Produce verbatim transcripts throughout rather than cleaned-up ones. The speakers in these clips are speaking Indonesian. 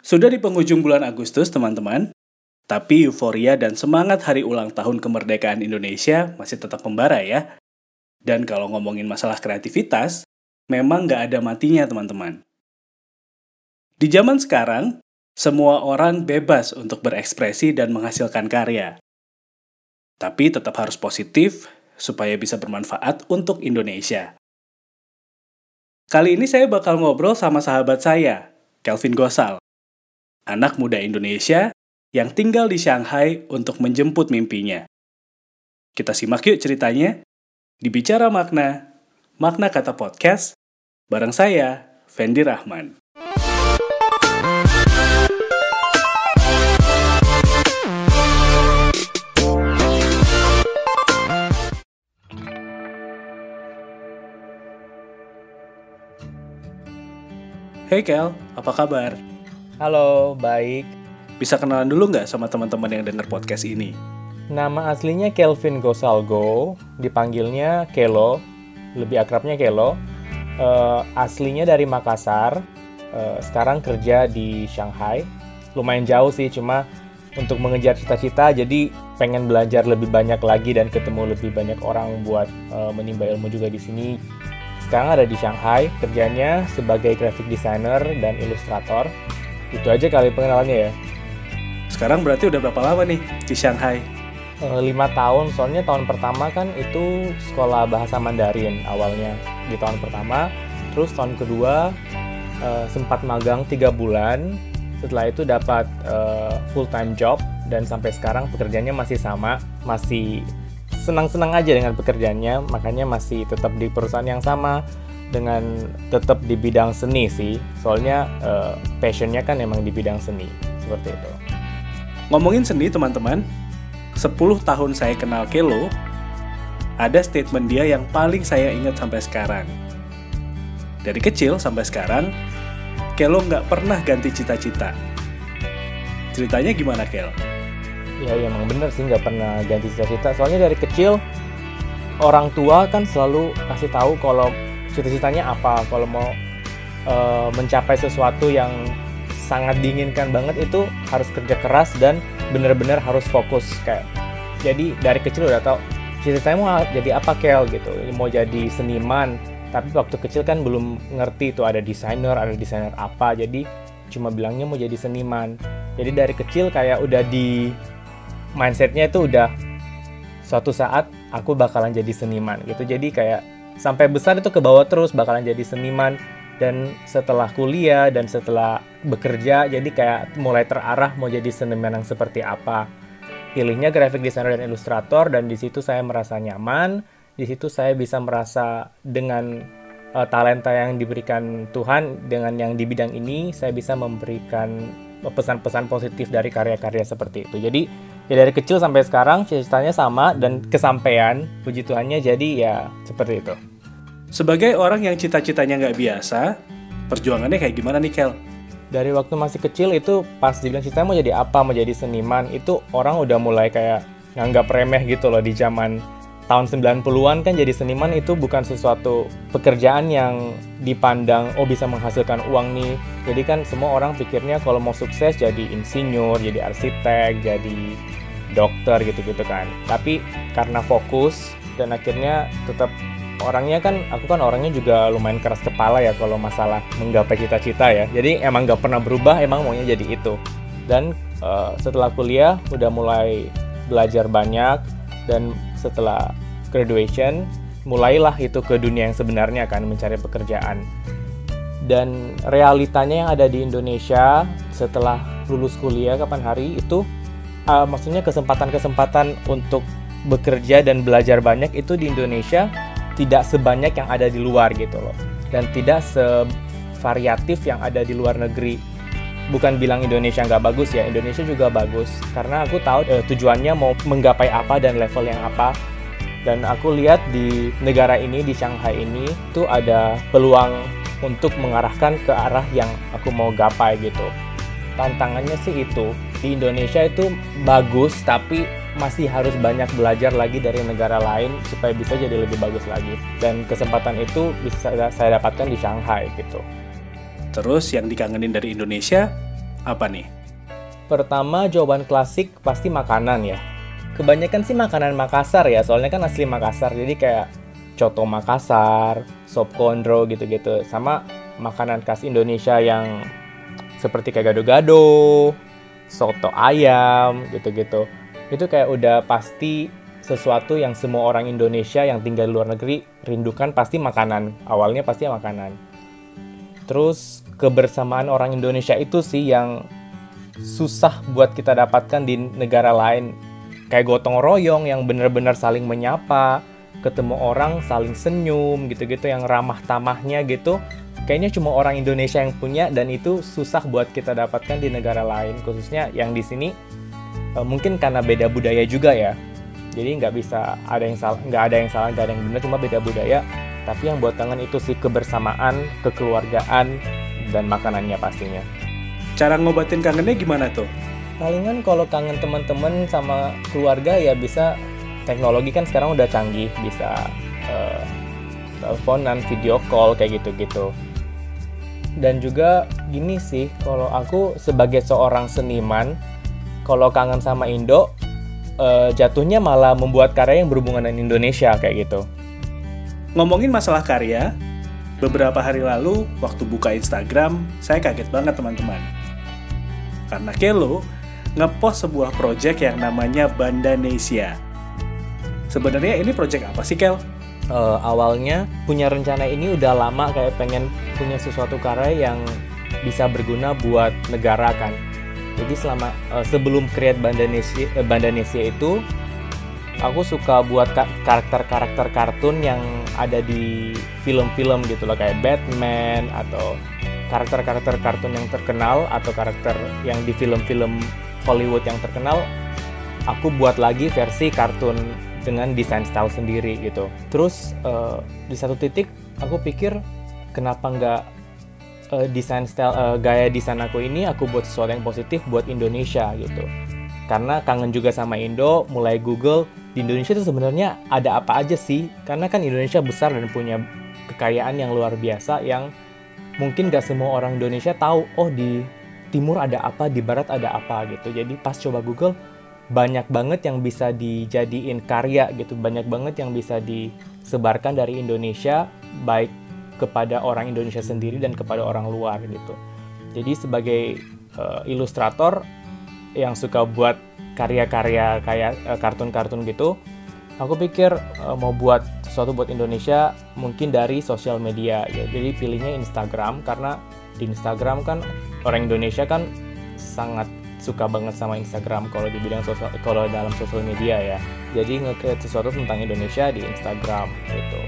Sudah di penghujung bulan Agustus, teman-teman. Tapi euforia dan semangat hari ulang tahun kemerdekaan Indonesia masih tetap membara ya. Dan kalau ngomongin masalah kreativitas, memang nggak ada matinya, teman-teman. Di zaman sekarang, semua orang bebas untuk berekspresi dan menghasilkan karya. Tapi tetap harus positif, supaya bisa bermanfaat untuk Indonesia. Kali ini saya bakal ngobrol sama sahabat saya, Kelvin Gosal. Anak muda Indonesia yang tinggal di Shanghai untuk menjemput mimpinya. Kita simak yuk ceritanya di Bicara Makna, Makna Kata Podcast, bareng saya, Fendi Rahman. Hey Kel, apa kabar? Halo, baik. Bisa kenalan dulu nggak sama teman-teman yang dengar podcast ini? Nama aslinya Kelvin Gosalgo, dipanggilnya Kelo, lebih akrabnya Kelo. Uh, aslinya dari Makassar, uh, sekarang kerja di Shanghai. Lumayan jauh sih, cuma untuk mengejar cita-cita, jadi pengen belajar lebih banyak lagi dan ketemu lebih banyak orang buat uh, menimba ilmu juga di sini. Sekarang ada di Shanghai, kerjanya sebagai graphic designer dan ilustrator. Itu aja kali pengenalannya ya. Sekarang berarti udah berapa lama nih di Shanghai? E, lima tahun, soalnya tahun pertama kan itu sekolah bahasa Mandarin awalnya di tahun pertama. Terus tahun kedua e, sempat magang tiga bulan. Setelah itu dapat e, full time job dan sampai sekarang pekerjaannya masih sama, masih senang-senang aja dengan pekerjaannya, makanya masih tetap di perusahaan yang sama dengan tetap di bidang seni sih. Soalnya e, passionnya kan emang di bidang seni, seperti itu. Ngomongin seni teman-teman, sepuluh tahun saya kenal Kelo, ada statement dia yang paling saya ingat sampai sekarang. Dari kecil sampai sekarang, Kelo nggak pernah ganti cita-cita. Ceritanya gimana, Kel? Ya, ya emang bener sih nggak pernah ganti cita-cita. Soalnya dari kecil, orang tua kan selalu kasih tahu kalau cita-citanya apa. Kalau mau e, mencapai sesuatu yang sangat diinginkan banget itu harus kerja keras dan benar-benar harus fokus kayak. Jadi dari kecil udah tahu cita-citanya mau jadi apa, Kel, gitu. Mau jadi seniman. Tapi waktu kecil kan belum ngerti itu ada desainer, ada desainer apa. Jadi cuma bilangnya mau jadi seniman. Jadi dari kecil kayak udah di mindsetnya itu udah suatu saat aku bakalan jadi seniman gitu. Jadi kayak sampai besar itu ke bawah terus bakalan jadi seniman. Dan setelah kuliah dan setelah bekerja, jadi kayak mulai terarah mau jadi seniman yang seperti apa. Pilihnya graphic designer dan ilustrator, dan di situ saya merasa nyaman. Di situ saya bisa merasa dengan uh, talenta yang diberikan Tuhan, dengan yang di bidang ini, saya bisa memberikan pesan-pesan positif dari karya-karya seperti itu. Jadi ya dari kecil sampai sekarang cita-citanya sama dan kesampaian, puji Tuhannya, jadi ya seperti itu. Sebagai orang yang cita-citanya nggak biasa, perjuangannya kayak gimana nih, Kel? Dari waktu masih kecil itu pas dibilang cita mau jadi apa, mau jadi seniman, itu orang udah mulai kayak nganggap remeh gitu loh. Di zaman tahun sembilan puluhan kan jadi seniman itu bukan sesuatu pekerjaan yang dipandang oh bisa menghasilkan uang nih. Jadi kan semua orang pikirnya kalau mau sukses jadi insinyur, jadi arsitek, jadi dokter gitu-gitu kan. Tapi karena fokus dan akhirnya tetap orangnya kan, aku kan orangnya juga lumayan keras kepala ya kalau masalah menggapai cita-cita ya. Jadi emang gak pernah berubah, emang maunya jadi itu. Dan uh, setelah kuliah udah mulai belajar banyak, dan setelah graduation mulailah itu ke dunia yang sebenarnya kan, mencari pekerjaan. Dan realitanya yang ada di Indonesia setelah lulus kuliah kapan hari itu uh, maksudnya kesempatan-kesempatan untuk bekerja dan belajar banyak itu di Indonesia tidak sebanyak yang ada di luar gitu loh, dan tidak sevariatif yang ada di luar negeri. Bukan bilang Indonesia nggak bagus ya, Indonesia juga bagus, karena aku tahu eh, tujuannya mau menggapai apa dan level yang apa. Dan aku lihat di negara ini, di Shanghai ini tuh ada peluang untuk mengarahkan ke arah yang aku mau gapai gitu. Tantangannya sih itu, di Indonesia itu bagus, tapi masih harus banyak belajar lagi dari negara lain supaya bisa jadi lebih bagus lagi. Dan kesempatan itu bisa saya dapatkan di Shanghai gitu. Terus yang dikangenin dari Indonesia, Apa nih? Pertama, jawaban klasik pasti makanan ya. Kebanyakan sih makanan Makassar ya, soalnya kan asli Makassar. Jadi kayak coto Makassar, sop kondro gitu-gitu. Sama makanan khas Indonesia yang seperti kayak gado-gado, soto ayam gitu-gitu. Itu kayak udah pasti sesuatu yang semua orang Indonesia yang tinggal di luar negeri rindukan, pasti makanan. Awalnya pasti makanan. Terus kebersamaan orang Indonesia itu sih yang susah buat kita dapatkan di negara lain. Kayak gotong royong yang benar-benar saling menyapa, ketemu orang saling senyum gitu-gitu, yang ramah tamahnya gitu. Kayaknya cuma orang Indonesia yang punya, dan itu susah buat kita dapatkan di negara lain, khususnya yang di sini. E, mungkin karena beda budaya juga ya. Jadi nggak bisa ada yang salah, nggak ada yang salah, nggak ada yang benar, cuma beda budaya. Tapi yang buat kangen itu sih kebersamaan, kekeluargaan, dan makanannya pastinya. Cara ngobatin kangennya gimana tuh? Palingan kalau kangen teman-teman sama keluarga ya bisa, teknologi kan sekarang udah canggih, bisa uh, teleponan, video call, kayak gitu-gitu. Dan juga gini sih, kalau aku sebagai seorang seniman, kalau kangen sama Indo, uh, jatuhnya malah membuat karya yang berhubungan dengan Indonesia, kayak gitu. Ngomongin masalah karya, beberapa hari lalu waktu buka Instagram, saya kaget banget teman-teman. Karena Kelo ngepost sebuah project yang namanya Bandanesia. Sebenarnya ini project apa sih, Kel? Uh, awalnya punya rencana ini udah lama, kayak pengen punya sesuatu karya yang bisa berguna buat negara kan. Jadi selama uh, sebelum create Bandanesia, uh, Bandanesia itu, aku suka buat ka- karakter-karakter kartun yang ada di film-film gitu loh, kayak Batman atau karakter-karakter kartun yang terkenal atau karakter yang di film-film Hollywood yang terkenal. Aku buat lagi versi kartun dengan desain style sendiri gitu. Terus uh, di satu titik aku pikir kenapa nggak uh, desain style uh, gaya desain aku ini aku buat sesuatu yang positif buat Indonesia gitu. Karena kangen juga sama Indo, mulai Google di Indonesia itu sebenarnya ada apa aja sih? Karena kan Indonesia besar dan punya kekayaan yang luar biasa yang mungkin gak semua orang Indonesia tahu, oh di timur ada apa, di barat ada apa gitu. Jadi pas coba Google, banyak banget yang bisa dijadiin karya gitu, banyak banget yang bisa disebarkan dari Indonesia, baik kepada orang Indonesia sendiri dan kepada orang luar gitu. Jadi sebagai uh, ilustrator yang suka buat karya-karya kayak uh, kartun-kartun gitu, aku pikir uh, mau buat sesuatu buat Indonesia mungkin dari sosial media ya. Jadi pilihnya Instagram, karena di Instagram kan orang Indonesia kan sangat suka banget sama Instagram kalau di bidang sosial, kalau dalam sosial media ya. Jadi nge-create sesuatu tentang Indonesia di Instagram gitu.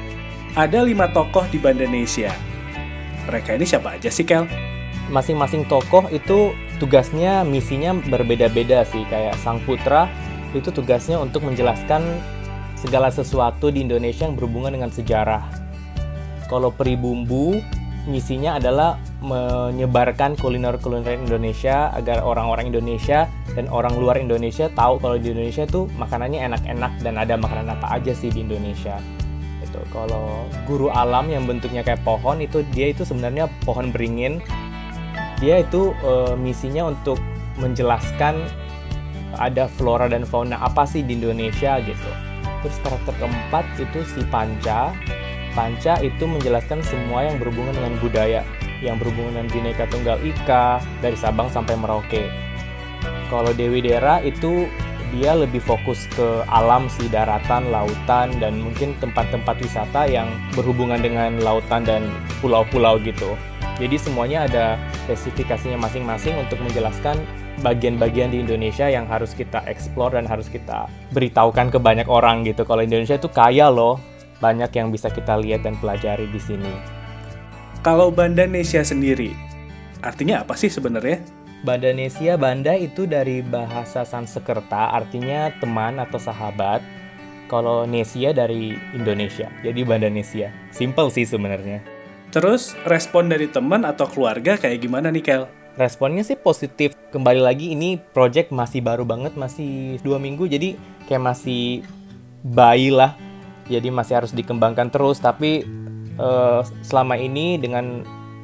Ada lima tokoh di Bandanesia. Mereka ini siapa aja sih, Kel? Masing-masing tokoh itu tugasnya, misinya berbeda-beda sih. Kayak Sang Putra itu tugasnya untuk menjelaskan segala sesuatu di Indonesia yang berhubungan dengan sejarah. Kalau Pribumbu, misinya adalah menyebarkan kuliner-kuliner Indonesia agar orang-orang Indonesia dan orang luar Indonesia tahu kalau di Indonesia tuh makanannya enak-enak dan ada makanan apa aja sih di Indonesia. Itu kalau Guru Alam yang bentuknya kayak pohon, itu dia itu sebenarnya pohon beringin. Dia itu e, misinya untuk menjelaskan ada flora dan fauna apa sih di Indonesia gitu. Terus karakter keempat itu si Panca. Panca itu menjelaskan semua yang berhubungan dengan budaya, yang berhubungan dengan Bhinneka Tunggal Ika dari Sabang sampai Merauke. Kalau Dewi Dera itu dia lebih fokus ke alam sih, daratan, lautan, dan mungkin tempat-tempat wisata yang berhubungan dengan lautan dan pulau-pulau gitu. Jadi semuanya ada spesifikasinya masing-masing untuk menjelaskan bagian-bagian di Indonesia yang harus kita explore dan harus kita beritahukan ke banyak orang gitu. Kalau Indonesia itu kaya loh, banyak yang bisa kita lihat dan pelajari di sini. Kalau Bandanesia sendiri, artinya apa sih sebenarnya? Bandanesia, Banda itu dari bahasa Sanskerta, artinya teman atau sahabat. Kalau Nesia dari Indonesia, jadi Bandanesia. Simple sih sebenarnya. Terus respon dari teman atau keluarga kayak gimana nih, Kel? Responnya sih positif. Kembali lagi ini project masih baru banget, masih dua minggu, jadi kayak masih bayi lah. Jadi masih harus dikembangkan terus, tapi uh, selama ini dengan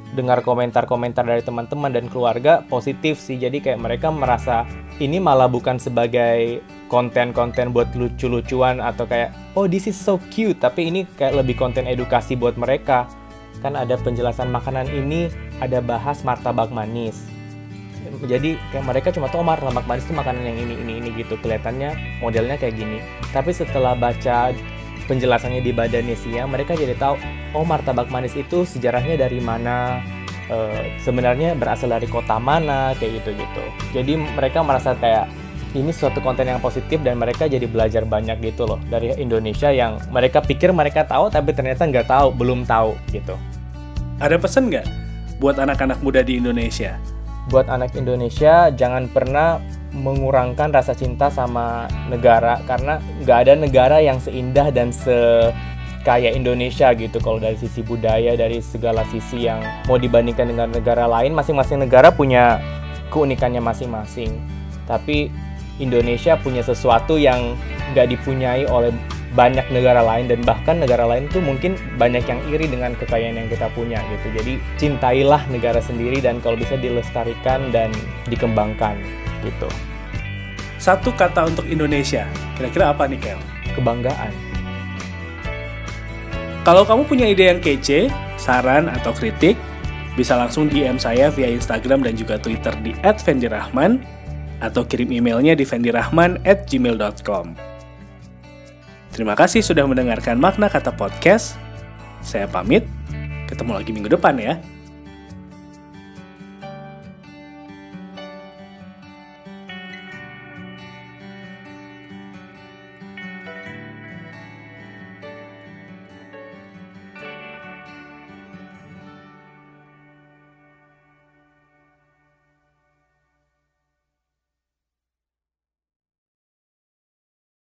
dengar komentar-komentar dari teman-teman dan keluarga positif sih. Jadi kayak mereka merasa ini malah bukan sebagai konten-konten buat lucu-lucuan atau kayak oh this is so cute, tapi ini kayak lebih konten edukasi buat mereka. Kan ada penjelasan makanan ini, ada bahas martabak manis. Jadi kayak mereka cuma tahu oh, martabak manis itu makanan yang ini, ini, ini gitu. Kelihatannya modelnya kayak gini. Tapi setelah baca penjelasannya di Badanesia, mereka jadi tahu oh martabak manis itu sejarahnya dari mana, e, sebenarnya berasal dari kota mana, kayak gitu-gitu. Jadi mereka merasa kayak ini suatu konten yang positif dan mereka jadi belajar banyak gitu loh dari Indonesia yang mereka pikir mereka tahu tapi ternyata nggak tahu, belum tahu gitu. Ada pesan nggak buat anak-anak muda di Indonesia? Buat anak Indonesia, jangan pernah mengurangkan rasa cinta sama negara, karena nggak ada negara yang seindah dan sekaya Indonesia gitu. Kalau dari sisi budaya, dari segala sisi yang mau dibandingkan dengan negara lain, masing-masing negara punya keunikannya masing-masing. Tapi Indonesia punya sesuatu yang nggak dipunyai oleh banyak negara lain, dan bahkan negara lain tuh mungkin banyak yang iri dengan kekayaan yang kita punya gitu. Jadi cintailah negara sendiri dan kalau bisa dilestarikan dan dikembangkan gitu. Satu kata untuk Indonesia, kira-kira apa nih Kel? Kebanggaan. Kalau kamu punya ide yang kece, saran atau kritik, bisa langsung D M saya via Instagram dan juga Twitter di et fendirahman atau kirim emailnya di fendirahman at gmail dot com. Terima kasih sudah mendengarkan Makna Kata Podcast. Saya pamit, ketemu lagi minggu depan ya.